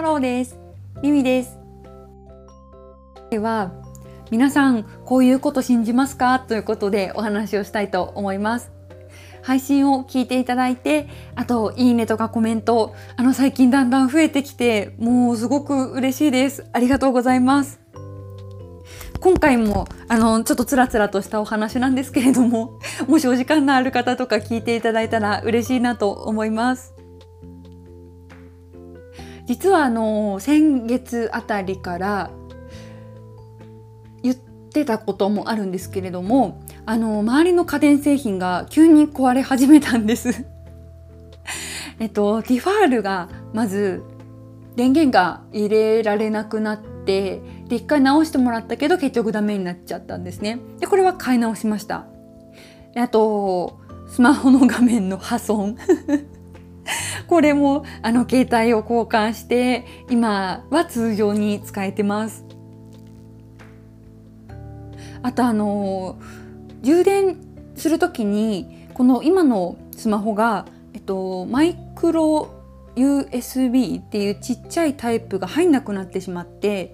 ハローです。ミミです。では皆さんこういうこと信じますかということでお話をしたいと思います。配信を聞いていただいて、あといいねとかコメント、最近だんだん増えてきて、もうすごく嬉しいです。ありがとうございます。今回もちょっとつらつらとしたお話なんですけれども、もしお時間のある方とか聞いていただいたら嬉しいなと思います。実は先月あたりから言ってたこともあるんですけれども、周りの家電製品が急に壊れ始めたんですティファールがまず電源が入れられなくなって、で一回直してもらったけど結局ダメになっちゃったんですね。でこれは買い直しました。であとスマホの画面の破損これも携帯を交換して今は通常に使えてます。あと充電するときにこの今のスマホが、マイクロ USB っていうちっちゃいタイプが入んなくなってしまって、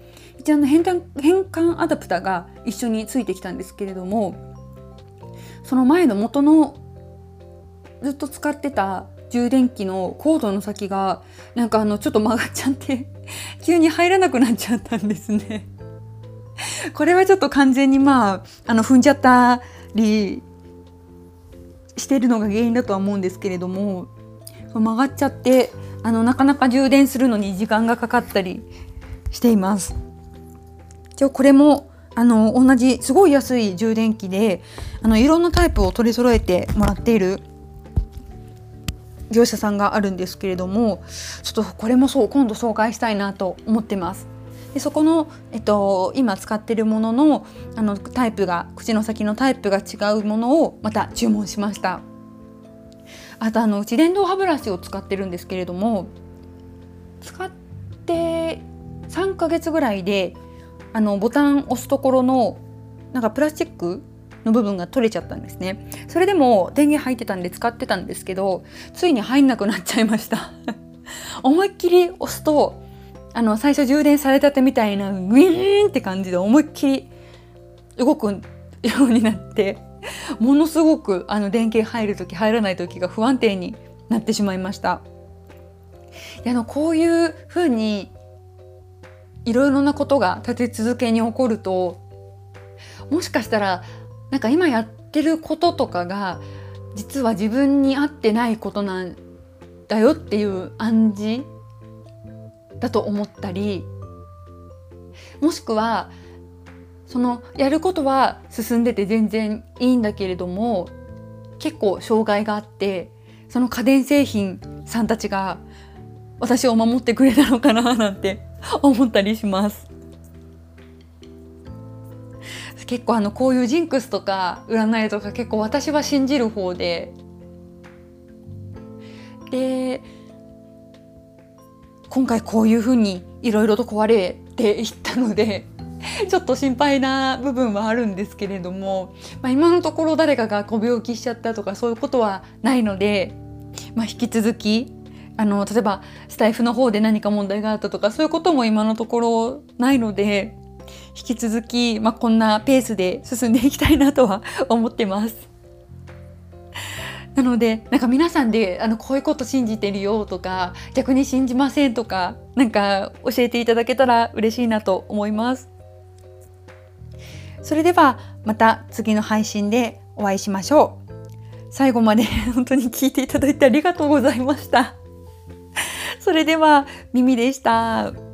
一応変換アダプターが一緒についてきたんですけれども、その前の元のずっと使ってた充電器のコードの先がなんかちょっと曲がっちゃって急に入らなくなっちゃったんですね。これはちょっと完全に踏んじゃったりしてるのが原因だとは思うんですけれども、曲がっちゃってなかなか充電するのに時間がかかったりしています。一応これも同じすごい安い充電器でいろんなタイプを取り揃えてもらっている業者さんがあるんですけれども、ちょっとこれも今度紹介したいなと思ってます。でそこの、今使っているもののタイプが口の先のタイプが違うものをまた注文しました。あとうち電動歯ブラシを使ってるんですけれども、使って3ヶ月ぐらいでボタン押すところのなんかプラスチックの部分が取れちゃったんですね。それでも電源入ってたんで使ってたんですけど、ついに入んなくなっちゃいました思いっきり押すと最初充電されたてみたいなウィーンって感じで思いっきり動くようになって、ものすごく電源入る時入らない時が不安定になってしまいました。でこういう風にいろいろなことが立て続けに起こると、もしかしたらなんか今やってることとかが実は自分に合ってないことなんだよっていう暗示だと思ったり、もしくはそのやることは進んでて全然いいんだけれども結構障害があって、その家電製品さんたちが私を守ってくれたのかななんて思ったりします。結構こういうジンクスとか占いとか結構私は信じる方で今回こういう風にいろいろと壊れていったのでちょっと心配な部分はあるんですけれども、今のところ誰かがご病気しちゃったとかそういうことはないので、引き続き例えばスタイフの方で何か問題があったとかそういうことも今のところないので、引き続き、こんなペースで進んでいきたいなとは思ってます。なのでなんか皆さんでこういうこと信じてるよとか逆に信じませんとかなんか教えていただけたら嬉しいなと思います。それではまた次の配信でお会いしましょう。最後まで本当に聞いていただいてありがとうございました。それではミミでした。